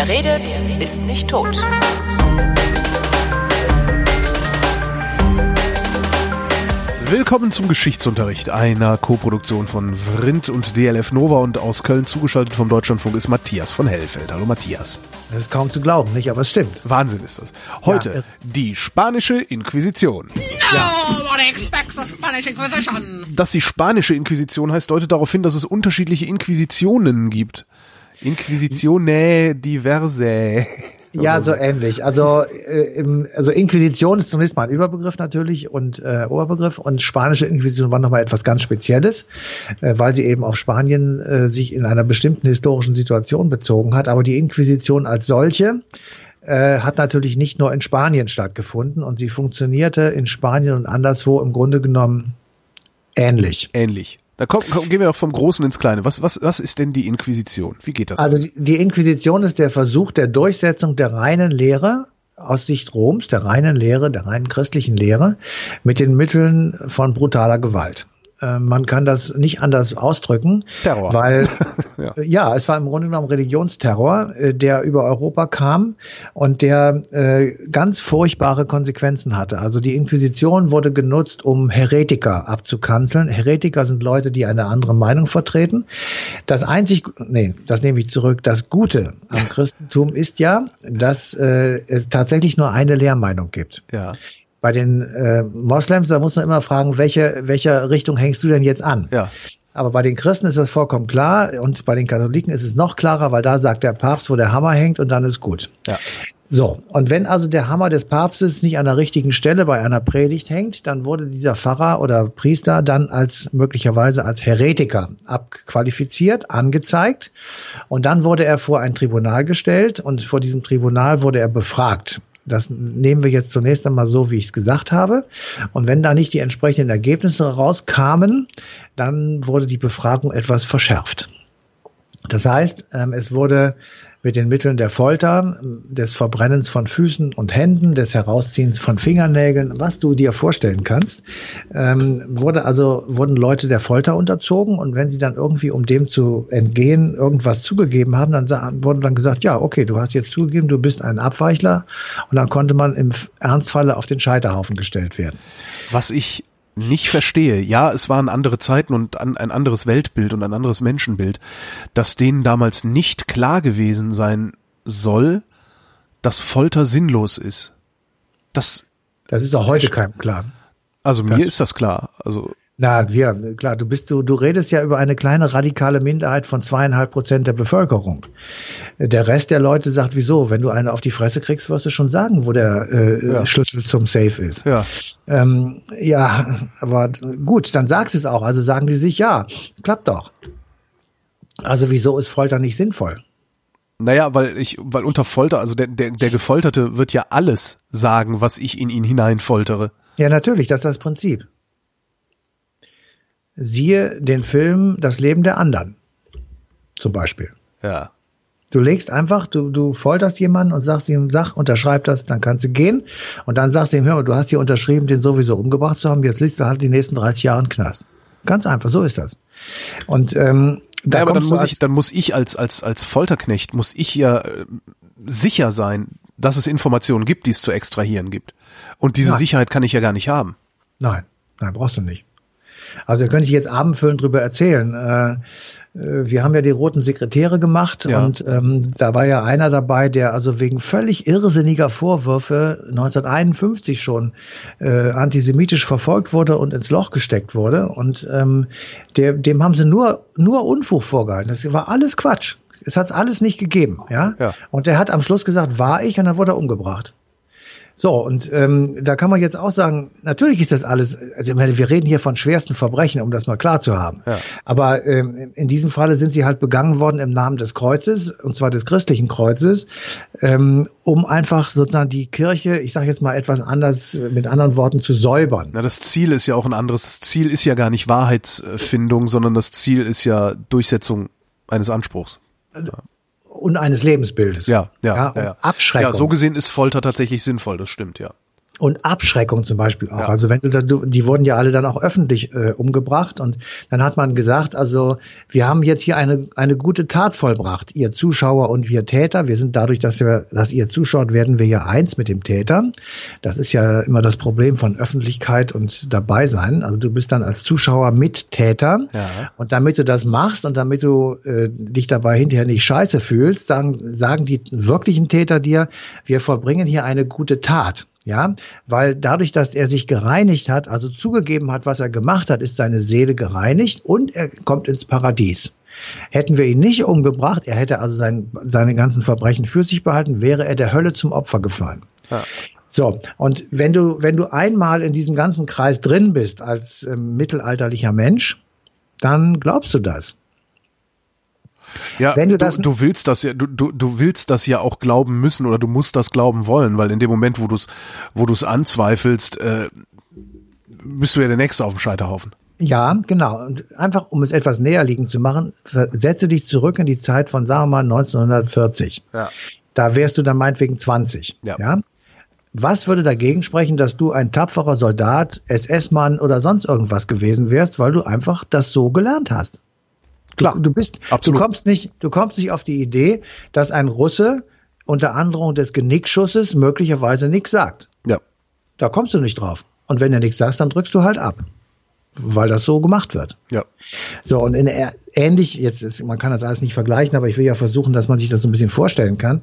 Wer redet, ist nicht tot. Willkommen zum Geschichtsunterricht, einer Koproduktion von Vrindt und DLF Nova, und aus Köln zugeschaltet vom Deutschlandfunk ist Matthias von Hellfeld. Hallo Matthias. Das ist kaum zu glauben, nicht? Aber es stimmt. Wahnsinn ist das. Heute die spanische Inquisition. Nobody expects the Spanish Inquisition. Dass die spanische Inquisition heißt, deutet darauf hin, dass es unterschiedliche Inquisitionen gibt. Inquisitione diverse. Ja, so ähnlich. Also Inquisition ist zunächst mal ein Überbegriff natürlich und Oberbegriff, und spanische Inquisition war nochmal etwas ganz Spezielles, weil sie eben auf Spanien sich in einer bestimmten historischen Situation bezogen hat. Aber die Inquisition als solche hat natürlich nicht nur in Spanien stattgefunden, und sie funktionierte in Spanien und anderswo im Grunde genommen ähnlich. Da gehen wir doch vom Großen ins Kleine. Was ist denn die Inquisition? Wie geht das? Also die Inquisition ist der Versuch der Durchsetzung der reinen Lehre aus Sicht Roms, der reinen christlichen Lehre, mit den Mitteln von brutaler Gewalt. Man kann das nicht anders ausdrücken, Terror. Weil ja, es war im Grunde genommen Religionsterror, der über Europa kam und der ganz furchtbare Konsequenzen hatte. Also die Inquisition wurde genutzt, um Heretiker abzukanzeln. Heretiker sind Leute, die eine andere Meinung vertreten. Das nehme ich zurück. Das Gute am Christentum ist ja, dass es tatsächlich nur eine Lehrmeinung gibt. Ja. Bei den Moslems, da muss man immer fragen, welcher Richtung hängst du denn jetzt an? Ja. Aber bei den Christen ist das vollkommen klar, und bei den Katholiken ist es noch klarer, weil da sagt der Papst, wo der Hammer hängt, und dann ist gut. Ja. So, und wenn also der Hammer des Papstes nicht an der richtigen Stelle bei einer Predigt hängt, dann wurde dieser Pfarrer oder Priester dann möglicherweise als Heretiker abqualifiziert, angezeigt, und dann wurde er vor ein Tribunal gestellt, und vor diesem Tribunal wurde er befragt. Das nehmen wir jetzt zunächst einmal so, wie ich es gesagt habe. Und wenn da nicht die entsprechenden Ergebnisse rauskamen, dann wurde die Befragung etwas verschärft. Das heißt, es wurde mit den Mitteln der Folter, des Verbrennens von Füßen und Händen, des Herausziehens von Fingernägeln, was du dir vorstellen kannst, wurden Leute der Folter unterzogen, und wenn sie dann irgendwie, um dem zu entgehen, irgendwas zugegeben haben, dann wurde dann gesagt, ja, okay, du hast jetzt zugegeben, du bist ein Abweichler, und dann konnte man im Ernstfalle auf den Scheiterhaufen gestellt werden. Was ich nicht verstehe, ja, es waren andere Zeiten und ein anderes Weltbild und ein anderes Menschenbild, dass denen damals nicht klar gewesen sein soll, dass Folter sinnlos ist. Das ist auch heute keinem klar. Also mir ist das klar. Also klar, du redest ja über eine kleine radikale Minderheit von 2,5% der Bevölkerung. Der Rest der Leute sagt, wieso? Wenn du eine auf die Fresse kriegst, wirst du schon sagen, wo der Schlüssel zum Safe ist. Ja. Aber gut, dann sagst du es auch. Also sagen die sich, ja, klappt doch. Also wieso ist Folter nicht sinnvoll? Naja, weil unter Folter, also der Gefolterte wird ja alles sagen, was ich in ihn hineinfoltere. Ja, natürlich, das ist das Prinzip. Siehe den Film Das Leben der anderen, zum Beispiel. Ja. Du legst einfach, du folterst jemanden und sagst ihm, unterschreib das, dann kannst du gehen. Und dann sagst du ihm, hör mal, du hast hier unterschrieben, den sowieso umgebracht zu haben, jetzt liegst du halt die nächsten 30 Jahre im Knast. Ganz einfach, so ist das. Und dann muss ich als Folterknecht, muss ich ja sicher sein, dass es Informationen gibt, die es zu extrahieren gibt. Und diese Sicherheit kann ich ja gar nicht haben. Nein, brauchst du nicht. Also da könnte ich jetzt abendfüllend drüber erzählen. Wir haben ja die Roten Sekretäre gemacht, und da war ja einer dabei, der also wegen völlig irrsinniger Vorwürfe 1951 schon antisemitisch verfolgt wurde und ins Loch gesteckt wurde, und dem haben sie nur Unfug vorgehalten. Das war alles Quatsch. Es hat alles nicht gegeben, ja. Und der hat am Schluss gesagt, war ich, und dann wurde er umgebracht. So, und da kann man jetzt auch sagen, natürlich ist das alles, also wir reden hier von schwersten Verbrechen, um das mal klar zu haben. Ja. Aber in diesem Falle sind sie halt begangen worden im Namen des Kreuzes, und zwar des christlichen Kreuzes, um einfach sozusagen die Kirche, ich sage jetzt mal etwas anders, mit anderen Worten, zu säubern. Na, das Ziel ist ja auch ein anderes. Das Ziel ist ja gar nicht Wahrheitsfindung, sondern das Ziel ist ja Durchsetzung eines Anspruchs. Ja. Und eines Lebensbildes. Ja. Abschreckung. Ja, so gesehen ist Folter tatsächlich sinnvoll, das stimmt, ja. Und Abschreckung zum Beispiel auch. Ja. Also wenn die wurden ja alle dann auch öffentlich umgebracht und dann hat man gesagt, also wir haben jetzt hier eine gute Tat vollbracht, ihr Zuschauer und wir Täter. Wir sind dadurch, dass ihr zuschaut, werden wir ja eins mit dem Täter. Das ist ja immer das Problem von Öffentlichkeit und dabei sein. Also du bist dann als Zuschauer Mittäter. Ja. Und damit du das machst und damit du dich dabei hinterher nicht scheiße fühlst, sagen die wirklichen Täter dir, wir vollbringen hier eine gute Tat. Ja, weil dadurch, dass er sich gereinigt hat, also zugegeben hat, was er gemacht hat, ist seine Seele gereinigt und er kommt ins Paradies. Hätten wir ihn nicht umgebracht, er hätte also seine ganzen Verbrechen für sich behalten, wäre er der Hölle zum Opfer gefallen. Ja. So, und wenn du einmal in diesem ganzen Kreis drin bist als mittelalterlicher Mensch, dann glaubst du das. Ja, du willst das ja, du willst das ja auch glauben müssen oder du musst das glauben wollen, weil in dem Moment, wo du es anzweifelst, bist du ja der Nächste auf dem Scheiterhaufen. Ja, genau. Und einfach, um es etwas näher liegend zu machen, setze dich zurück in die Zeit von, sagen wir mal, 1940. Ja. Da wärst du dann meinetwegen 20. Ja. Was würde dagegen sprechen, dass du ein tapferer Soldat, SS-Mann oder sonst irgendwas gewesen wärst, weil du einfach das so gelernt hast? Klar, du kommst nicht auf die Idee, dass ein Russe unter Androhung des Genickschusses möglicherweise nichts sagt. Ja. Da kommst du nicht drauf. Und wenn du nichts sagst, dann drückst du halt ab. Weil das so gemacht wird. Ja. So, und ähnlich, man kann das alles nicht vergleichen, aber ich will ja versuchen, dass man sich das so ein bisschen vorstellen kann,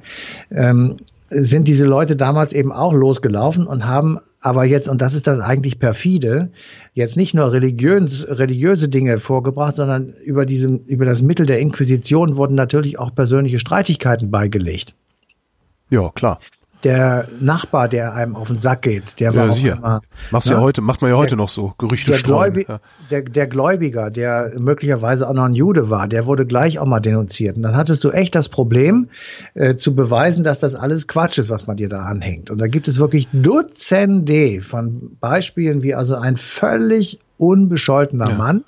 sind diese Leute damals eben auch losgelaufen und haben aber jetzt, und das ist das eigentlich perfide, jetzt nicht nur religiöse Dinge vorgebracht, sondern über das Mittel der Inquisition wurden natürlich auch persönliche Streitigkeiten beigelegt. Ja, klar. Der Nachbar, der einem auf den Sack geht, der war auch immer... Macht man ja heute noch so, Gerüchte streuen. Der Gläubiger, der möglicherweise auch noch ein Jude war, der wurde gleich auch mal denunziert. Und dann hattest du echt das Problem, zu beweisen, dass das alles Quatsch ist, was man dir da anhängt. Und da gibt es wirklich Dutzende von Beispielen, wie also ein völlig unbescholtener Mann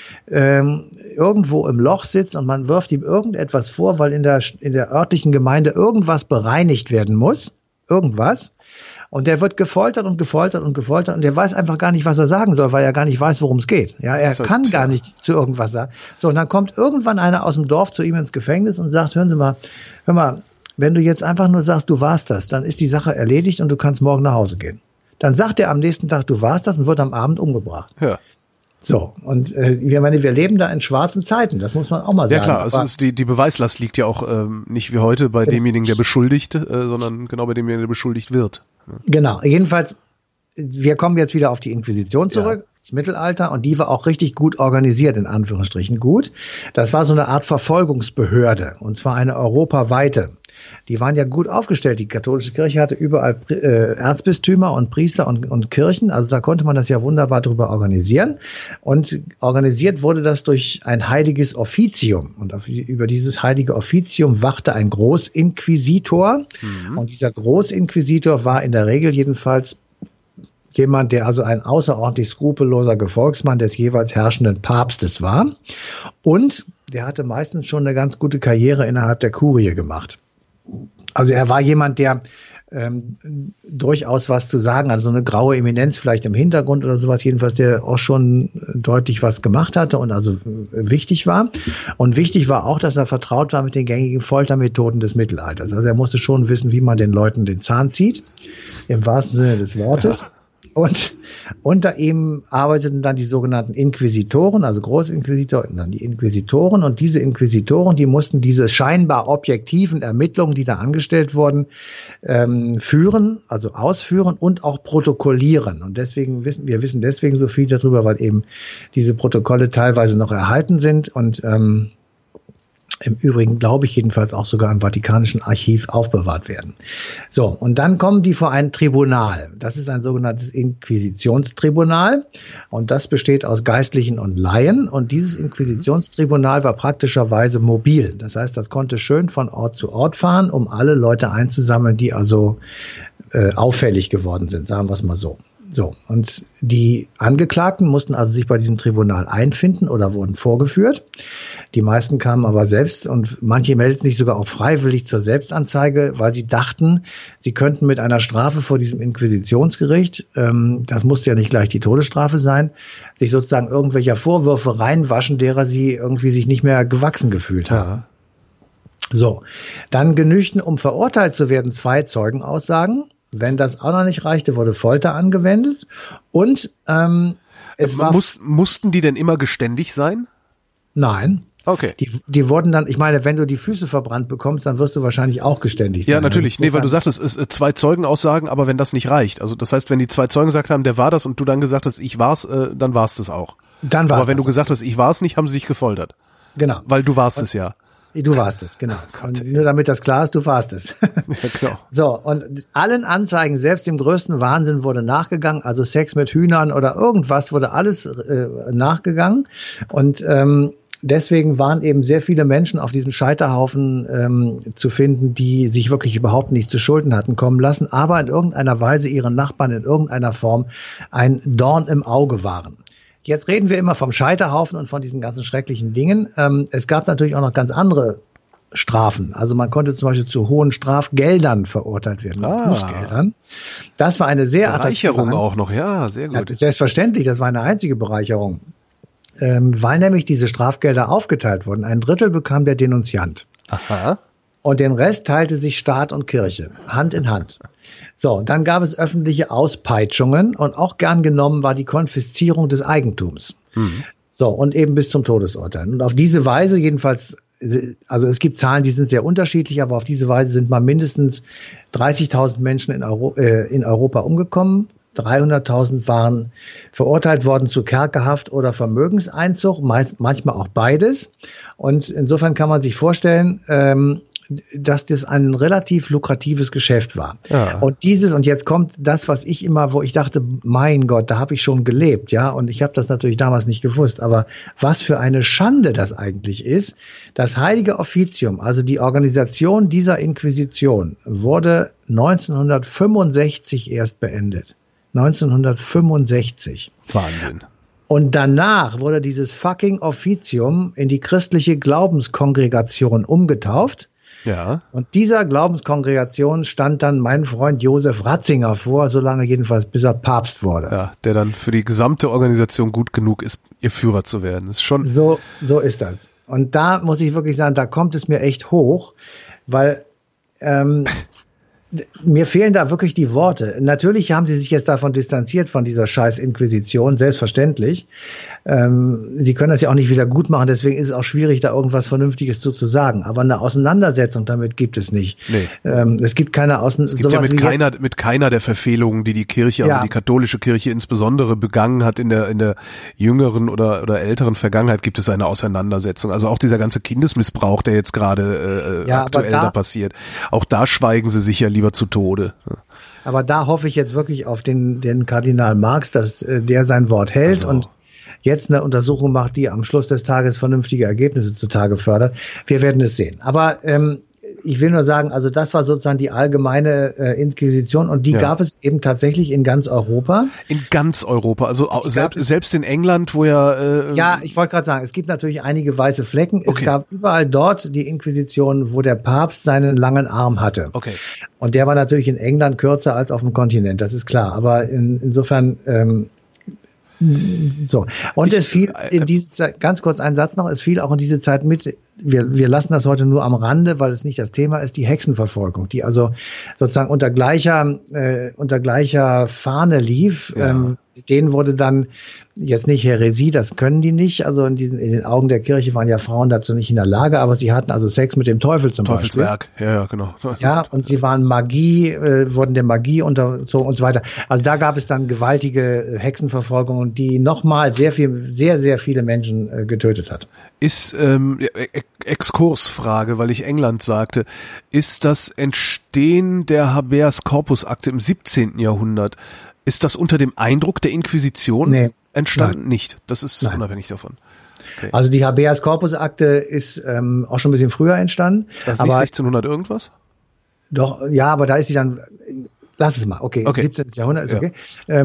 irgendwo im Loch sitzt und man wirft ihm irgendetwas vor, weil in der örtlichen Gemeinde irgendwas bereinigt werden muss. Irgendwas. Und der wird gefoltert und gefoltert und gefoltert und der weiß einfach gar nicht, was er sagen soll, weil er gar nicht weiß, worum es geht. Ja, er kann gar nicht zu irgendwas sagen. So, und dann kommt irgendwann einer aus dem Dorf zu ihm ins Gefängnis und sagt, hör mal, wenn du jetzt einfach nur sagst, du warst das, dann ist die Sache erledigt und du kannst morgen nach Hause gehen. Dann sagt er am nächsten Tag, du warst das und wird am Abend umgebracht. Ja. So, und wir leben da in schwarzen Zeiten, das muss man auch mal sagen. Ja klar, die Beweislast liegt ja auch nicht wie heute bei demjenigen, der beschuldigt, sondern genau bei demjenigen, der beschuldigt wird. Genau, jedenfalls, wir kommen jetzt wieder auf die Inquisition zurück, das Mittelalter, und die war auch richtig gut organisiert, in Anführungsstrichen gut. Das war so eine Art Verfolgungsbehörde, und zwar eine europaweite. Die waren ja gut aufgestellt. Die katholische Kirche hatte überall Erzbistümer und Priester und Kirchen. Also da konnte man das ja wunderbar drüber organisieren. Und organisiert wurde das durch ein heiliges Offizium. Und über dieses heilige Offizium wachte ein Großinquisitor. Mhm. Und dieser Großinquisitor war in der Regel jedenfalls jemand, der also ein außerordentlich skrupelloser Gefolgsmann des jeweils herrschenden Papstes war. Und der hatte meistens schon eine ganz gute Karriere innerhalb der Kurie gemacht. Also er war jemand, der durchaus was zu sagen, also eine graue Eminenz vielleicht im Hintergrund oder sowas, jedenfalls der auch schon deutlich was gemacht hatte und also wichtig war. Und wichtig war auch, dass er vertraut war mit den gängigen Foltermethoden des Mittelalters. Also er musste schon wissen, wie man den Leuten den Zahn zieht, im wahrsten Sinne des Wortes. Ja. Und unter ihm arbeiteten dann die sogenannten Inquisitoren, also Großinquisitor, dann die Inquisitoren. Und diese Inquisitoren, die mussten diese scheinbar objektiven Ermittlungen, die da angestellt wurden, führen, also ausführen und auch protokollieren. Und deswegen wissen deswegen so viel darüber, weil eben diese Protokolle teilweise noch erhalten sind und im Übrigen, glaube ich, jedenfalls auch sogar im Vatikanischen Archiv aufbewahrt werden. So, und dann kommen die vor ein Tribunal. Das ist ein sogenanntes Inquisitionstribunal und das besteht aus Geistlichen und Laien. Und dieses Inquisitionstribunal war praktischerweise mobil. Das heißt, das konnte schön von Ort zu Ort fahren, um alle Leute einzusammeln, die also auffällig geworden sind, sagen wir es mal so. So, und die Angeklagten mussten also sich bei diesem Tribunal einfinden oder wurden vorgeführt. Die meisten kamen aber selbst und manche meldeten sich sogar auch freiwillig zur Selbstanzeige, weil sie dachten, sie könnten mit einer Strafe vor diesem Inquisitionsgericht, das musste ja nicht gleich die Todesstrafe sein, sich sozusagen irgendwelcher Vorwürfe reinwaschen, derer sie irgendwie sich nicht mehr gewachsen gefühlt haben. Ja. So, dann genügten, um verurteilt zu werden, 2 Zeugenaussagen. Wenn das auch noch nicht reichte, wurde Folter angewendet. Und mussten die denn immer geständig sein? Nein. Okay. Die wurden dann, ich meine, wenn du die Füße verbrannt bekommst, dann wirst du wahrscheinlich auch geständig sein. Ja, natürlich. Nee, weil du sagtest, es ist 2 Zeugenaussagen, aber wenn das nicht reicht. Also das heißt, wenn die 2 Zeugen gesagt haben, der war das und du dann gesagt hast, ich war's, dann war's das auch. Dann war's. Aber wenn du gesagt hast, ich war's nicht, haben sie sich gefoltert. Genau. Weil du warst es ja. Du warst es, genau. Und nur damit das klar ist, du warst es. Ja, genau. So, und allen Anzeigen, selbst dem größten Wahnsinn wurde nachgegangen, also Sex mit Hühnern oder irgendwas, wurde alles nachgegangen. Und deswegen waren eben sehr viele Menschen auf diesem Scheiterhaufen zu finden, die sich wirklich überhaupt nichts zu Schulden hatten kommen lassen, aber in irgendeiner Weise ihren Nachbarn in irgendeiner Form ein Dorn im Auge waren. Jetzt reden wir immer vom Scheiterhaufen und von diesen ganzen schrecklichen Dingen. Es gab natürlich auch noch ganz andere Strafen. Also man konnte zum Beispiel zu hohen Strafgeldern verurteilt werden, Bußgeldern. Das war eine sehr attraktive Bereicherung auch noch, ja, sehr gut. Ja, selbstverständlich, das war eine einzige Bereicherung. Weil nämlich diese Strafgelder aufgeteilt wurden. 1/3 bekam der Denunziant. Aha. Und den Rest teilte sich Staat und Kirche, Hand in Hand. So, dann gab es öffentliche Auspeitschungen und auch gern genommen war die Konfiszierung des Eigentums. Mhm. So, und eben bis zum Todesurteil. Und auf diese Weise jedenfalls, also es gibt Zahlen, die sind sehr unterschiedlich, aber auf diese Weise sind mal mindestens 30.000 Menschen in Europa umgekommen. 300.000 waren verurteilt worden zu Kerkerhaft oder Vermögenseinzug, manchmal auch beides. Und insofern kann man sich vorstellen, dass das ein relativ lukratives Geschäft war. Ja. Und jetzt kommt das, was ich immer, wo ich dachte, mein Gott, da habe ich schon gelebt, ja, und ich habe das natürlich damals nicht gewusst, aber was für eine Schande das eigentlich ist. Das Heilige Offizium, also die Organisation dieser Inquisition, wurde 1965 erst beendet. 1965. Wahnsinn. Und danach wurde dieses fucking Offizium in die christliche Glaubenskongregation umgetauft. Ja. Und dieser Glaubenskongregation stand dann mein Freund Josef Ratzinger vor, solange jedenfalls bis er Papst wurde. Ja, der dann für die gesamte Organisation gut genug ist, ihr Führer zu werden. Ist schon so ist das. Und da muss ich wirklich sagen, da kommt es mir echt hoch, weil mir fehlen da wirklich die Worte. Natürlich haben sie sich jetzt davon distanziert, von dieser scheiß Inquisition, selbstverständlich. Sie können das ja auch nicht wieder gut machen, deswegen ist es auch schwierig, da irgendwas Vernünftiges zu sagen. Aber eine Auseinandersetzung damit gibt es nicht. Nee. Es gibt keine Auseinandersetzung. Es gibt ja mit keiner der Verfehlungen, die die Kirche, also die katholische Kirche insbesondere begangen hat in der jüngeren oder älteren Vergangenheit, gibt es eine Auseinandersetzung. Also auch dieser ganze Kindesmissbrauch, der jetzt gerade aktuell da passiert. Auch da schweigen sie sicher lieber zu Tode. Aber da hoffe ich jetzt wirklich auf den Kardinal Marx, dass der sein Wort hält und jetzt eine Untersuchung macht, die am Schluss des Tages vernünftige Ergebnisse zutage fördert. Wir werden es sehen. Aber ich will nur sagen, also das war sozusagen die allgemeine Inquisition und die gab es eben tatsächlich in ganz Europa. In ganz Europa, also selbst in England, wo ja, ich wollte gerade sagen, es gibt natürlich einige weiße Flecken. Okay. Es gab überall dort die Inquisition, wo der Papst seinen langen Arm hatte. Okay. Und der war natürlich in England kürzer als auf dem Kontinent, das ist klar. Aber insofern so. Und es fiel in diese Zeit, ganz kurz ein Satz noch, es fiel auch in diese Zeit mit, wir lassen das heute nur am Rande, weil es nicht das Thema ist, die Hexenverfolgung, die also sozusagen unter gleicher Fahne lief. Ja. Denen wurde dann jetzt nicht Häresie, das können die nicht. Also in den Augen der Kirche waren ja Frauen dazu nicht in der Lage, aber sie hatten also Sex mit dem Teufel zum Teufelswerk. Beispiel. Ja, genau. Ja, und sie waren wurden der Magie unterzogen und so weiter. Also da gab es dann gewaltige Hexenverfolgungen, die nochmal sehr viele Menschen getötet hat. Ist Exkursfrage, weil ich England sagte, ist das Entstehen der Habeas Corpus Akte im 17. Jahrhundert, ist das unter dem Eindruck der Inquisition entstanden? Nein. Nicht. Das ist unabhängig davon. Okay. Also die Habeas Corpus Akte ist auch schon ein bisschen früher entstanden. Das ist nicht 1600 irgendwas? Doch, ja, aber da ist sie dann Lass es mal, okay. 17. Jahrhundert ist okay.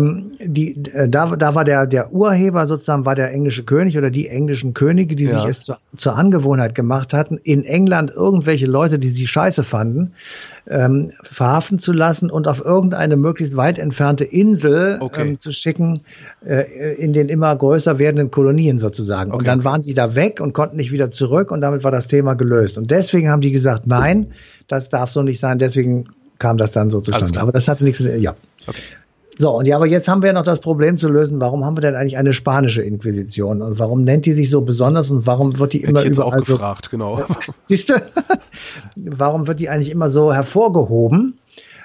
Da war der Urheber sozusagen, war der englische König oder die englischen Könige, die sich es zur Angewohnheit gemacht hatten, in England irgendwelche Leute, die sie scheiße fanden, verhaften zu lassen und auf irgendeine möglichst weit entfernte Insel zu schicken, in den immer größer werdenden Kolonien sozusagen. Und dann waren die da weg und konnten nicht wieder zurück und damit war das Thema gelöst. Und deswegen haben die gesagt, nein, das darf so nicht sein, deswegen kam das dann so zustande. Aber das hatte nichts, Okay. So, und aber jetzt haben wir noch das Problem zu lösen, warum haben wir denn eigentlich eine spanische Inquisition und warum nennt die sich so besonders und warum wird die immer Hätte ich jetzt überall auch gefragt, genau. Siehst du? Warum wird die eigentlich immer so hervorgehoben?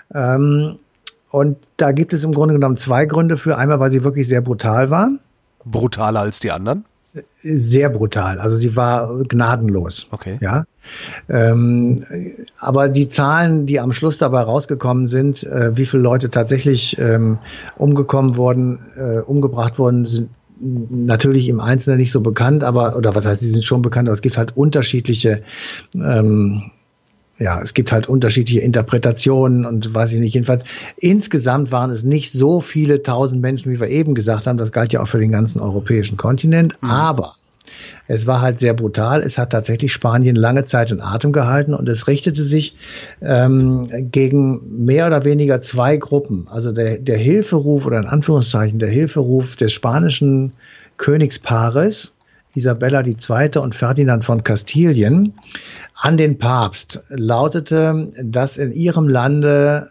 Und da gibt es im Grunde genommen zwei Gründe für. Einmal, weil sie wirklich sehr brutal war. Brutaler als die anderen? Sehr brutal. Also sie war gnadenlos. Okay. Ja. Aber die Zahlen, die am Schluss dabei rausgekommen sind, wie viele Leute tatsächlich umgebracht wurden, sind natürlich im Einzelnen nicht so bekannt, oder was heißt, die sind schon bekannt, aber es gibt halt unterschiedliche es gibt halt unterschiedliche Interpretationen und weiß ich nicht. Jedenfalls, insgesamt waren es nicht so viele tausend Menschen, wie wir eben gesagt haben. Das galt ja auch für den ganzen europäischen Kontinent. Aber es war halt sehr brutal. Es hat tatsächlich Spanien lange Zeit in Atem gehalten und es richtete sich gegen mehr oder weniger zwei Gruppen. Also der Hilferuf oder in Anführungszeichen der Hilferuf des spanischen Königspaares, Isabella II. Und Ferdinand von Kastilien, an den Papst lautete, dass in ihrem Lande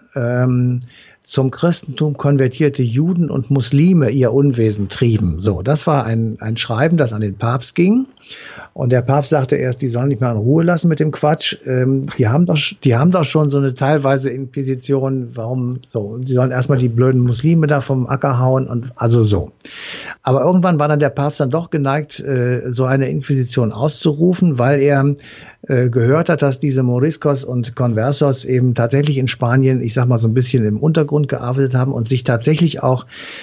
zum Christentum konvertierte Juden und Muslime ihr Unwesen trieben. So, das war ein Schreiben, das an den Papst ging. Und der Papst sagte erst, die sollen nicht mal in Ruhe lassen mit dem Quatsch. Die haben doch schon so eine teilweise Inquisition. Warum so? Die sollen erstmal die blöden Muslime da vom Acker hauen und also so. Aber irgendwann war dann der Papst dann doch geneigt, so eine Inquisition auszurufen, weil er gehört hat, dass diese Moriscos und Conversos eben tatsächlich in Spanien, ich sag mal so ein bisschen im Untergrund gearbeitet haben und sich tatsächlich auch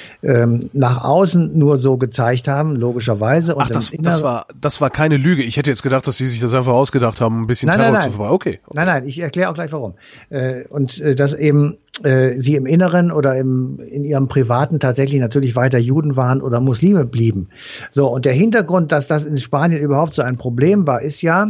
nach außen nur so gezeigt haben, logischerweise. Und das war keine Lüge. Ich hätte jetzt gedacht, dass sie sich das einfach ausgedacht haben, ein bisschen Terror zu verbreiten. Okay. Nein, ich erkläre auch gleich warum. Dass eben sie im Inneren oder in ihrem Privaten tatsächlich natürlich weiter Juden waren oder Muslime blieben. So, und der Hintergrund, dass das in Spanien überhaupt so ein Problem war, ist ja,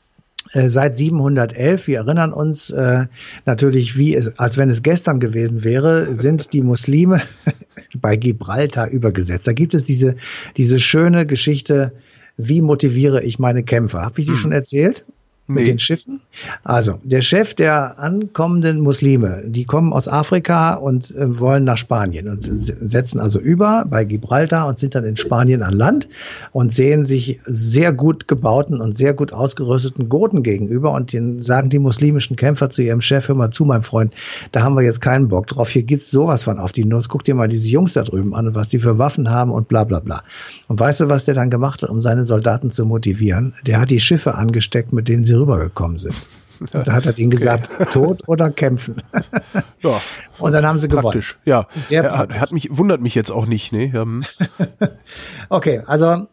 seit 711, wir erinnern uns natürlich, als wenn es gestern gewesen wäre, sind die Muslime bei Gibraltar übergesetzt. Da gibt es diese schöne Geschichte, wie motiviere ich meine Kämpfer? Habe ich die schon erzählt? Mit den Schiffen? Also, der Chef der ankommenden Muslime, die kommen aus Afrika und wollen nach Spanien und setzen also über bei Gibraltar und sind dann in Spanien an Land und sehen sich sehr gut gebauten und sehr gut ausgerüsteten Goten gegenüber und denen sagen die muslimischen Kämpfer zu ihrem Chef, hör mal zu, mein Freund, da haben wir jetzt keinen Bock drauf, hier gibt's sowas von auf die Nuss, guck dir mal diese Jungs da drüben an und was die für Waffen haben und bla bla bla. Und weißt du, was der dann gemacht hat, um seine Soldaten zu motivieren? Der hat die Schiffe angesteckt, mit denen sie rübergekommen sind. Und da hat er denen gesagt, Tod oder kämpfen. Ja. Und dann haben sie praktisch. gewonnen. Ja, sehr praktisch. Wundert mich jetzt auch nicht. Ne? Okay, also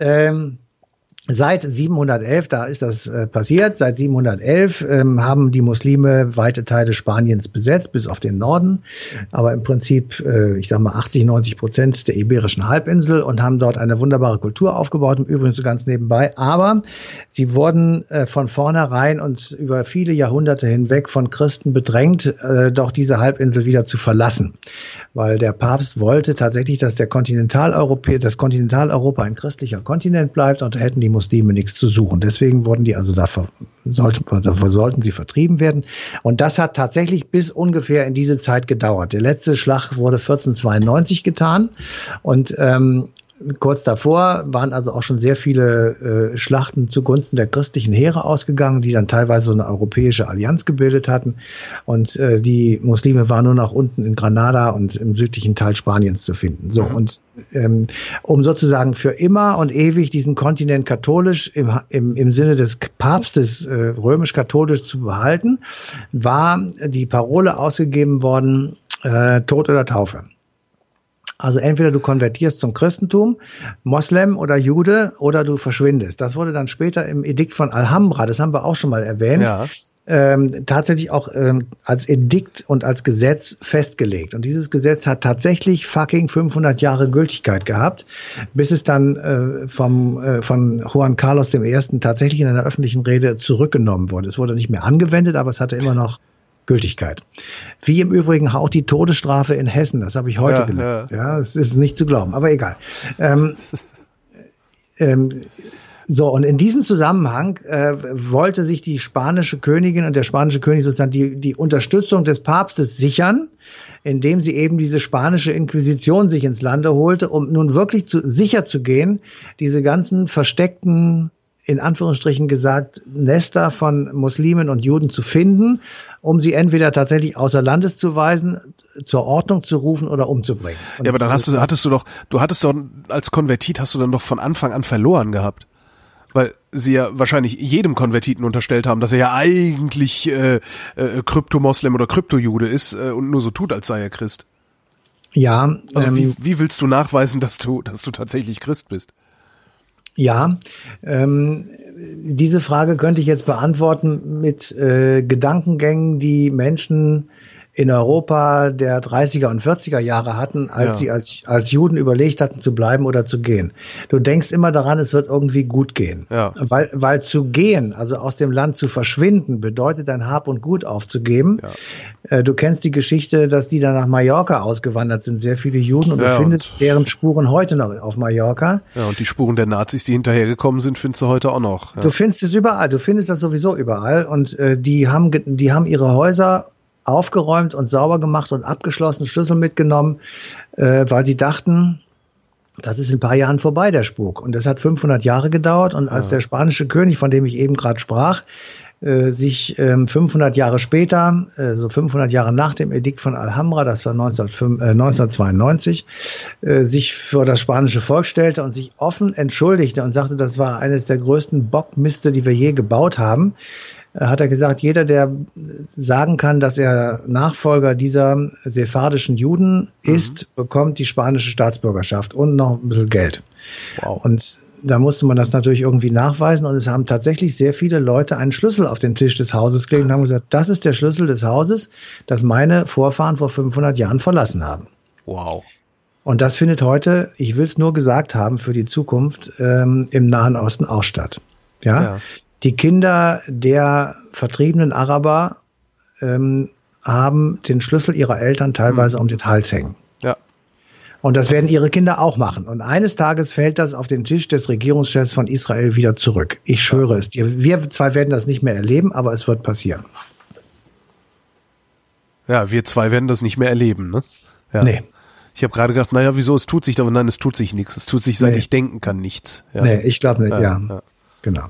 seit 711, da ist das passiert, seit 711 haben die Muslime weite Teile Spaniens besetzt, bis auf den Norden, aber im Prinzip, ich sag mal 80-90% der Iberischen Halbinsel und haben dort eine wunderbare Kultur aufgebaut, im Übrigen so ganz nebenbei, aber sie wurden von vornherein und über viele Jahrhunderte hinweg von Christen bedrängt, doch diese Halbinsel wieder zu verlassen, weil der Papst wollte tatsächlich, dass das Kontinentaleuropa ein christlicher Kontinent bleibt und da hätten die Muslime nichts zu suchen. Deswegen wurden die also davor sollten sie vertrieben werden. Und das hat tatsächlich bis ungefähr in diese Zeit gedauert. Der letzte Schlag wurde 1492 getan und kurz davor waren also auch schon sehr viele Schlachten zugunsten der christlichen Heere ausgegangen, die dann teilweise so eine europäische Allianz gebildet hatten. Und die Muslime waren nur noch unten in Granada und im südlichen Teil Spaniens zu finden. So, und um sozusagen für immer und ewig diesen Kontinent katholisch im Sinne des Papstes römisch-katholisch zu behalten, war die Parole ausgegeben worden, Tod oder Taufe. Also entweder du konvertierst zum Christentum, Moslem oder Jude, oder du verschwindest. Das wurde dann später im Edikt von Alhambra, das haben wir auch schon mal erwähnt, tatsächlich auch als Edikt und als Gesetz festgelegt. Und dieses Gesetz hat tatsächlich fucking 500 Jahre Gültigkeit gehabt, bis es dann von Juan Carlos I. tatsächlich in einer öffentlichen Rede zurückgenommen wurde. Es wurde nicht mehr angewendet, aber es hatte immer noch Gültigkeit. Wie im Übrigen auch die Todesstrafe in Hessen. Das habe ich heute gelernt. Ja, es ist nicht zu glauben, aber egal. So, und in diesem Zusammenhang wollte sich die spanische Königin und der spanische König sozusagen die Unterstützung des Papstes sichern, indem sie eben diese spanische Inquisition sich ins Lande holte, um nun wirklich sicher zu gehen, diese ganzen versteckten, in Anführungsstrichen gesagt, Nester von Muslimen und Juden zu finden, um sie entweder tatsächlich außer Landes zu weisen, zur Ordnung zu rufen oder umzubringen. Und ja, aber dann hattest du doch als Konvertit hast du dann doch von Anfang an verloren gehabt. Weil sie ja wahrscheinlich jedem Konvertiten unterstellt haben, dass er ja eigentlich Kryptomoslem oder Kryptojude ist und nur so tut, als sei er Christ. Ja. Also wie willst du nachweisen, dass du tatsächlich Christ bist? Ja, diese Frage könnte ich jetzt beantworten mit Gedankengängen, die Menschen in Europa der 30er und 40er Jahre hatten, als sie als Juden überlegt hatten, zu bleiben oder zu gehen. Du denkst immer daran, es wird irgendwie gut gehen. Ja. Weil zu gehen, also aus dem Land zu verschwinden, bedeutet dein Hab und Gut aufzugeben. Ja. Du kennst die Geschichte, dass die dann nach Mallorca ausgewandert sind, sehr viele Juden, und du findest deren Spuren heute noch auf Mallorca. Ja, und die Spuren der Nazis, die hinterhergekommen sind, findest du heute auch noch. Ja. Du findest es überall, du findest das sowieso überall, und die haben ihre Häuser aufgeräumt und sauber gemacht und abgeschlossen, Schlüssel mitgenommen, weil sie dachten, das ist in ein paar Jahren vorbei, der Spuk. Und das hat 500 Jahre gedauert, und als der spanische König, von dem ich eben gerade sprach, sich 500 Jahre später, so 500 Jahre nach dem Edikt von Alhambra, das war 1992, sich vor das spanische Volk stellte und sich offen entschuldigte und sagte, das war eines der größten Bockmiste, die wir je gebaut haben, hat er gesagt, jeder, der sagen kann, dass er Nachfolger dieser sephardischen Juden ist, bekommt die spanische Staatsbürgerschaft und noch ein bisschen Geld. Wow. Und da musste man das natürlich irgendwie nachweisen, und es haben tatsächlich sehr viele Leute einen Schlüssel auf den Tisch des Hauses gelegt und haben gesagt, das ist der Schlüssel des Hauses, das meine Vorfahren vor 500 Jahren verlassen haben. Wow. Und das findet heute, ich will es nur gesagt haben, für die Zukunft im Nahen Osten auch statt. Ja. Die Kinder der vertriebenen Araber haben den Schlüssel ihrer Eltern teilweise um den Hals hängen. Ja. Und das werden ihre Kinder auch machen. Und eines Tages fällt das auf den Tisch des Regierungschefs von Israel wieder zurück. Ich schwöre es dir. Wir zwei werden das nicht mehr erleben, aber es wird passieren. Ja, wir zwei werden das nicht mehr erleben, ne? Ja. Nee. Ich habe gerade gedacht, naja, wieso, es tut sich, aber nein, es tut sich nichts. Es tut sich, seit ich denken kann, nichts. Ja. Nee, ich glaube nicht, ja. Genau.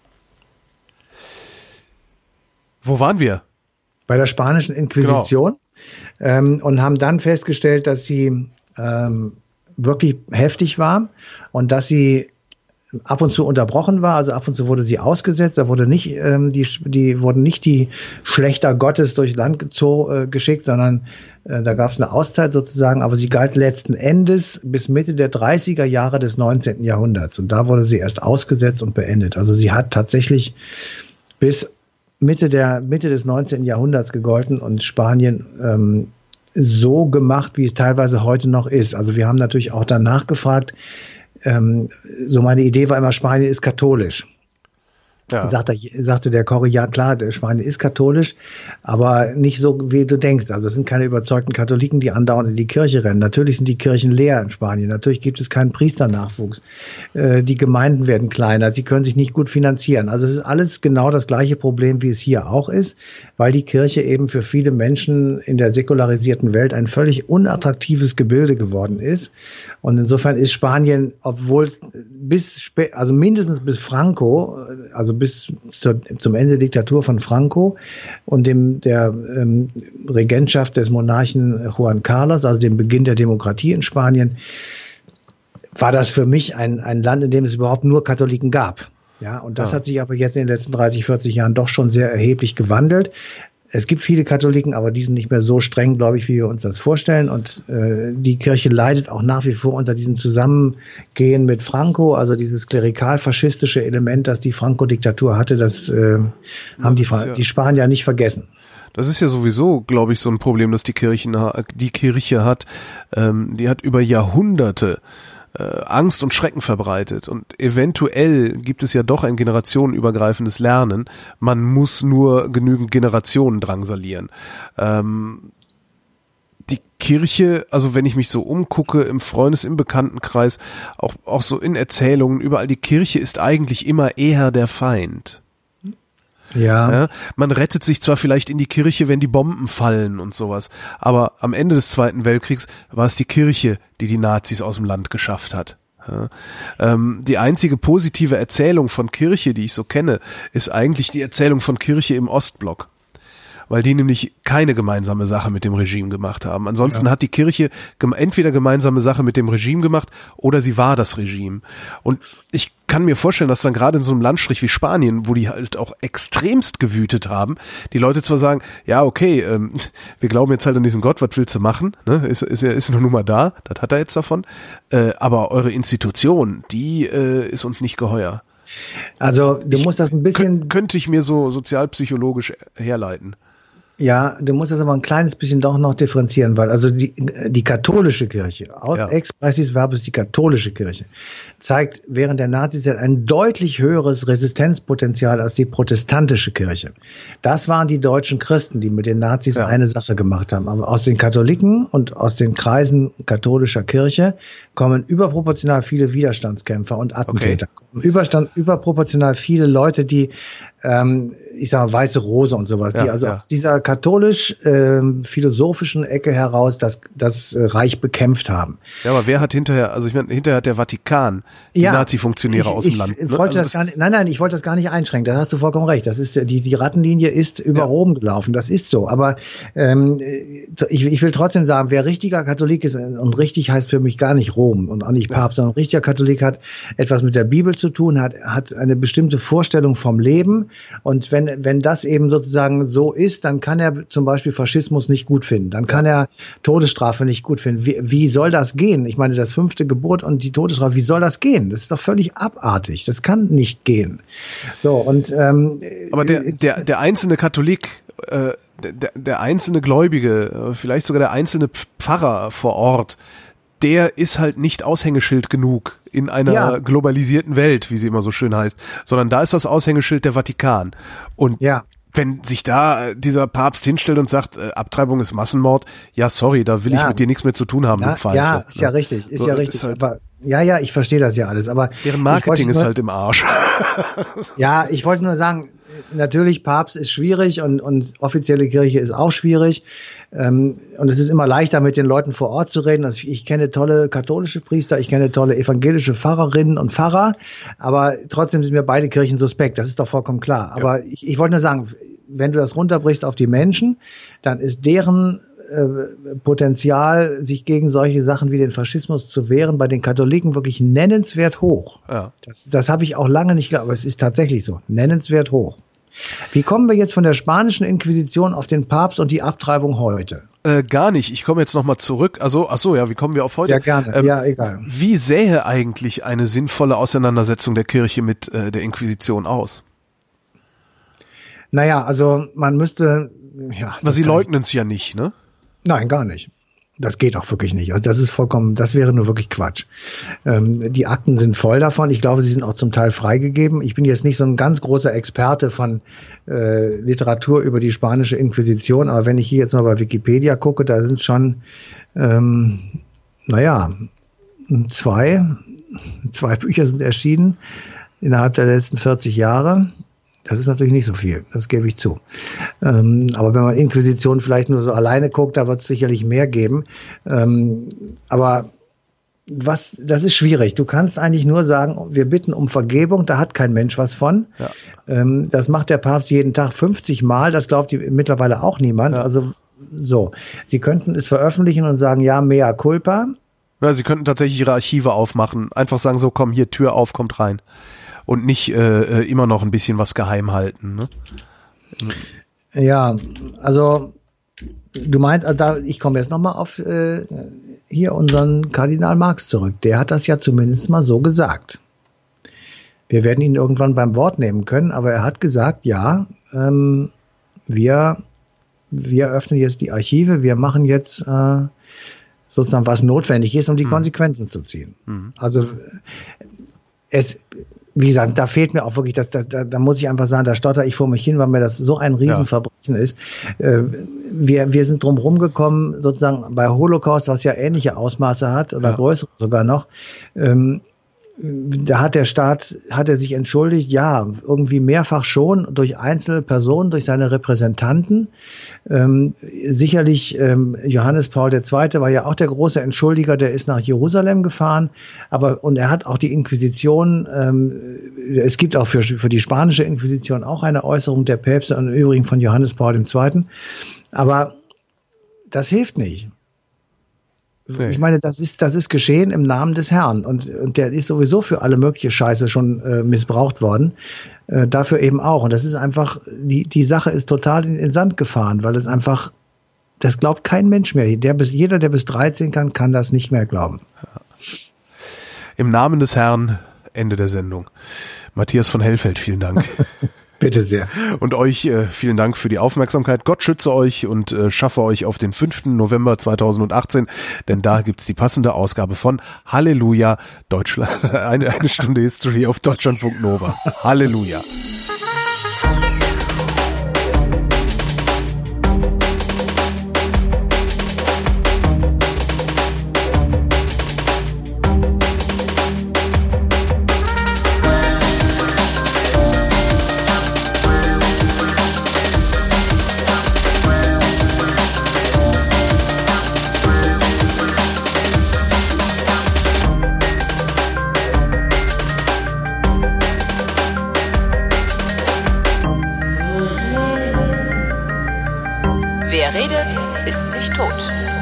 Wo waren wir? Bei der spanischen Inquisition. Genau. Und haben dann festgestellt, dass sie wirklich heftig war und dass sie ab und zu unterbrochen war. Also ab und zu wurde sie ausgesetzt. Da wurde nicht wurden nicht die Schlächter Gottes durchs Land geschickt, sondern da gab es eine Auszeit sozusagen. Aber sie galt letzten Endes bis Mitte der 30er Jahre des 19. Jahrhunderts. Und da wurde sie erst ausgesetzt und beendet. Also sie hat tatsächlich bis Mitte des 19. Jahrhunderts gegolten und Spanien so gemacht, wie es teilweise heute noch ist. Also wir haben natürlich auch danach gefragt, so meine Idee war immer, Spanien ist katholisch. Ja. Sagte der Corrie, ja klar, der Spanien ist katholisch, aber nicht so, wie du denkst. Also es sind keine überzeugten Katholiken, die andauernd in die Kirche rennen. Natürlich sind die Kirchen leer in Spanien. Natürlich gibt es keinen Priesternachwuchs. Die Gemeinden werden kleiner. Sie können sich nicht gut finanzieren. Also es ist alles genau das gleiche Problem, wie es hier auch ist, weil die Kirche eben für viele Menschen in der säkularisierten Welt ein völlig unattraktives Gebilde geworden ist. Und insofern ist Spanien, obwohl mindestens bis Franco, also bis zum Ende der Diktatur von Franco und der Regentschaft des Monarchen Juan Carlos, also dem Beginn der Demokratie in Spanien, war das für mich ein Land, in dem es überhaupt nur Katholiken gab. Ja, und das hat sich aber jetzt in den letzten 30, 40 Jahren doch schon sehr erheblich gewandelt. es gibt viele Katholiken, aber die sind nicht mehr so streng, glaube ich, wie wir uns das vorstellen. Und die Kirche leidet auch nach wie vor unter diesem Zusammengehen mit Franco, also dieses klerikal-faschistische Element, das die Franco-Diktatur hatte, das haben die Spanier nicht vergessen. Das ist ja sowieso, glaube ich, so ein Problem, das die Kirche hat. Die hat über Jahrhunderte Angst und Schrecken verbreitet und eventuell gibt es ja doch ein generationenübergreifendes Lernen. Man muss nur genügend Generationen drangsalieren. Die Kirche, also wenn ich mich so umgucke im im Bekanntenkreis, auch so in Erzählungen überall, die Kirche ist eigentlich immer eher der Feind. Ja, man rettet sich zwar vielleicht in die Kirche, wenn die Bomben fallen und sowas, aber am Ende des Zweiten Weltkriegs war es die Kirche, die die Nazis aus dem Land geschafft hat. Ja, die einzige positive Erzählung von Kirche, die ich so kenne, ist eigentlich die Erzählung von Kirche im Ostblock. Weil die nämlich keine gemeinsame Sache mit dem Regime gemacht haben. Ansonsten hat die Kirche entweder gemeinsame Sache mit dem Regime gemacht oder sie war das Regime. Und ich kann mir vorstellen, dass dann gerade in so einem Landstrich wie Spanien, wo die halt auch extremst gewütet haben, die Leute zwar sagen, ja okay, wir glauben jetzt halt an diesen Gott, was willst du machen? Ne? Ist nur mal da, das hat er jetzt davon. Aber eure Institution, die ist uns nicht geheuer. Also du musst das ein bisschen... Könnte ich mir so sozialpsychologisch herleiten. Ja, du musst das aber ein kleines bisschen doch noch differenzieren, weil also die katholische Kirche, ex pressis verbis die katholische Kirche, zeigt während der Nazizeit ein deutlich höheres Resistenzpotenzial als die protestantische Kirche. Das waren die deutschen Christen, die mit den Nazis eine Sache gemacht haben. Aber aus den Katholiken und aus den Kreisen katholischer Kirche kommen überproportional viele Widerstandskämpfer und Attentäter. Okay. Überproportional viele Leute, die ich sage Weiße Rose und sowas, die also aus dieser katholisch-philosophischen Ecke heraus das Reich bekämpft haben. Ja, aber wer hat hinterher hat der Vatikan die Nazi-Funktionäre aus dem Land. Ich wollte ich wollte das gar nicht einschränken, da hast du vollkommen recht. Das ist die Rattenlinie ist über Rom gelaufen, das ist so. Aber ich will trotzdem sagen, wer richtiger Katholik ist, und richtig heißt für mich gar nicht Rom und auch nicht Papst, sondern richtiger Katholik hat etwas mit der Bibel zu tun, hat eine bestimmte Vorstellung vom Leben. Und wenn das eben sozusagen so ist, dann kann er zum Beispiel Faschismus nicht gut finden. Dann kann er Todesstrafe nicht gut finden. Wie soll das gehen? Ich meine, das 5. Gebot und die Todesstrafe, wie soll das gehen? Das ist doch völlig abartig. Das kann nicht gehen. So, und aber der einzelne Katholik, der einzelne Gläubige, vielleicht sogar der einzelne Pfarrer vor Ort, der ist halt nicht Aushängeschild genug in einer globalisierten Welt, wie sie immer so schön heißt, sondern da ist das Aushängeschild der Vatikan. Und wenn sich da dieser Papst hinstellt und sagt, Abtreibung ist Massenmord, ja sorry, da will ich mit dir nichts mehr zu tun haben, du Pfeife. Ja, ist ja richtig, ist ja richtig. Halt aber ich verstehe das ja alles, aber deren Marketing ist halt im Arsch. Ja, ich wollte nur sagen, natürlich Papst ist schwierig und offizielle Kirche ist auch schwierig. Und es ist immer leichter, mit den Leuten vor Ort zu reden. Also ich kenne tolle katholische Priester, ich kenne tolle evangelische Pfarrerinnen und Pfarrer, aber trotzdem sind mir beide Kirchen suspekt, das ist doch vollkommen klar. Aber ich wollte nur sagen, wenn du das runterbrichst auf die Menschen, dann ist deren Potenzial, sich gegen solche Sachen wie den Faschismus zu wehren, bei den Katholiken wirklich nennenswert hoch. Ja. Das habe ich auch lange nicht geglaubt, aber es ist tatsächlich so, nennenswert hoch. Wie kommen wir jetzt von der spanischen Inquisition auf den Papst und die Abtreibung heute? Gar nicht. Ich komme jetzt nochmal zurück. Wie kommen wir auf heute? Ja, gerne. Egal. Wie sähe eigentlich eine sinnvolle Auseinandersetzung der Kirche mit der Inquisition aus? Naja, also man müsste... Aber sie leugnen es ja nicht, ne? Nein, gar nicht. Das geht auch wirklich nicht. Also das wäre nur wirklich Quatsch. Die Akten sind voll davon. Ich glaube, sie sind auch zum Teil freigegeben. Ich bin jetzt nicht so ein ganz großer Experte von Literatur über die spanische Inquisition, aber wenn ich hier jetzt mal bei Wikipedia gucke, da sind schon, zwei Bücher sind erschienen innerhalb der letzten 40 Jahre. Das ist natürlich nicht so viel, das gebe ich zu. Aber wenn man Inquisition vielleicht nur so alleine guckt, da wird es sicherlich mehr geben. Aber das ist schwierig. Du kannst eigentlich nur sagen, wir bitten um Vergebung, da hat kein Mensch was von. Ja. Das macht der Papst jeden Tag 50 Mal, das glaubt mittlerweile auch niemand. Ja. Also so, sie könnten es veröffentlichen und sagen, ja, mea culpa. Ja, sie könnten tatsächlich ihre Archive aufmachen, einfach sagen, so komm, hier, Tür auf, kommt rein. Und nicht immer noch ein bisschen was geheim halten. Ne? Ja, also du meinst, ich komme jetzt nochmal auf hier unseren Kardinal Marx zurück. Der hat das ja zumindest mal so gesagt. Wir werden ihn irgendwann beim Wort nehmen können, aber er hat gesagt, ja, wir öffnen jetzt die Archive, wir machen jetzt sozusagen, was notwendig ist, um die Konsequenzen zu ziehen. Also wie gesagt, da fehlt mir auch wirklich, da muss ich einfach sagen, da stotter ich vor mich hin, weil mir das so ein Riesenverbrechen ist. Wir sind drum rumgekommen, sozusagen bei Holocaust, was ja ähnliche Ausmaße hat oder größere sogar noch. Da hat der Staat, hat er sich entschuldigt, ja, irgendwie mehrfach schon durch einzelne Personen, durch seine Repräsentanten. Sicherlich Johannes Paul II. War ja auch der große Entschuldiger, der ist nach Jerusalem gefahren, und er hat auch die Inquisition, es gibt auch für die spanische Inquisition auch eine Äußerung der Päpste und im Übrigen von Johannes Paul II. Aber das hilft nicht. Nee. Ich meine, das ist geschehen im Namen des Herrn und der ist sowieso für alle mögliche Scheiße schon missbraucht worden, dafür eben auch. Und das ist einfach, die Sache ist total in den Sand gefahren, weil es einfach, das glaubt kein Mensch mehr. Jeder, der bis 13 kann das nicht mehr glauben. Ja. Im Namen des Herrn, Ende der Sendung. Matthias von Hellfeld, vielen Dank. Bitte sehr. Und euch vielen Dank für die Aufmerksamkeit. Gott schütze euch und schaffe euch auf den 5. November 2018, denn da gibt's die passende Ausgabe von Halleluja Deutschland, eine Stunde History auf Deutschlandfunk Nova. Halleluja. Wer redet, ist nicht tot.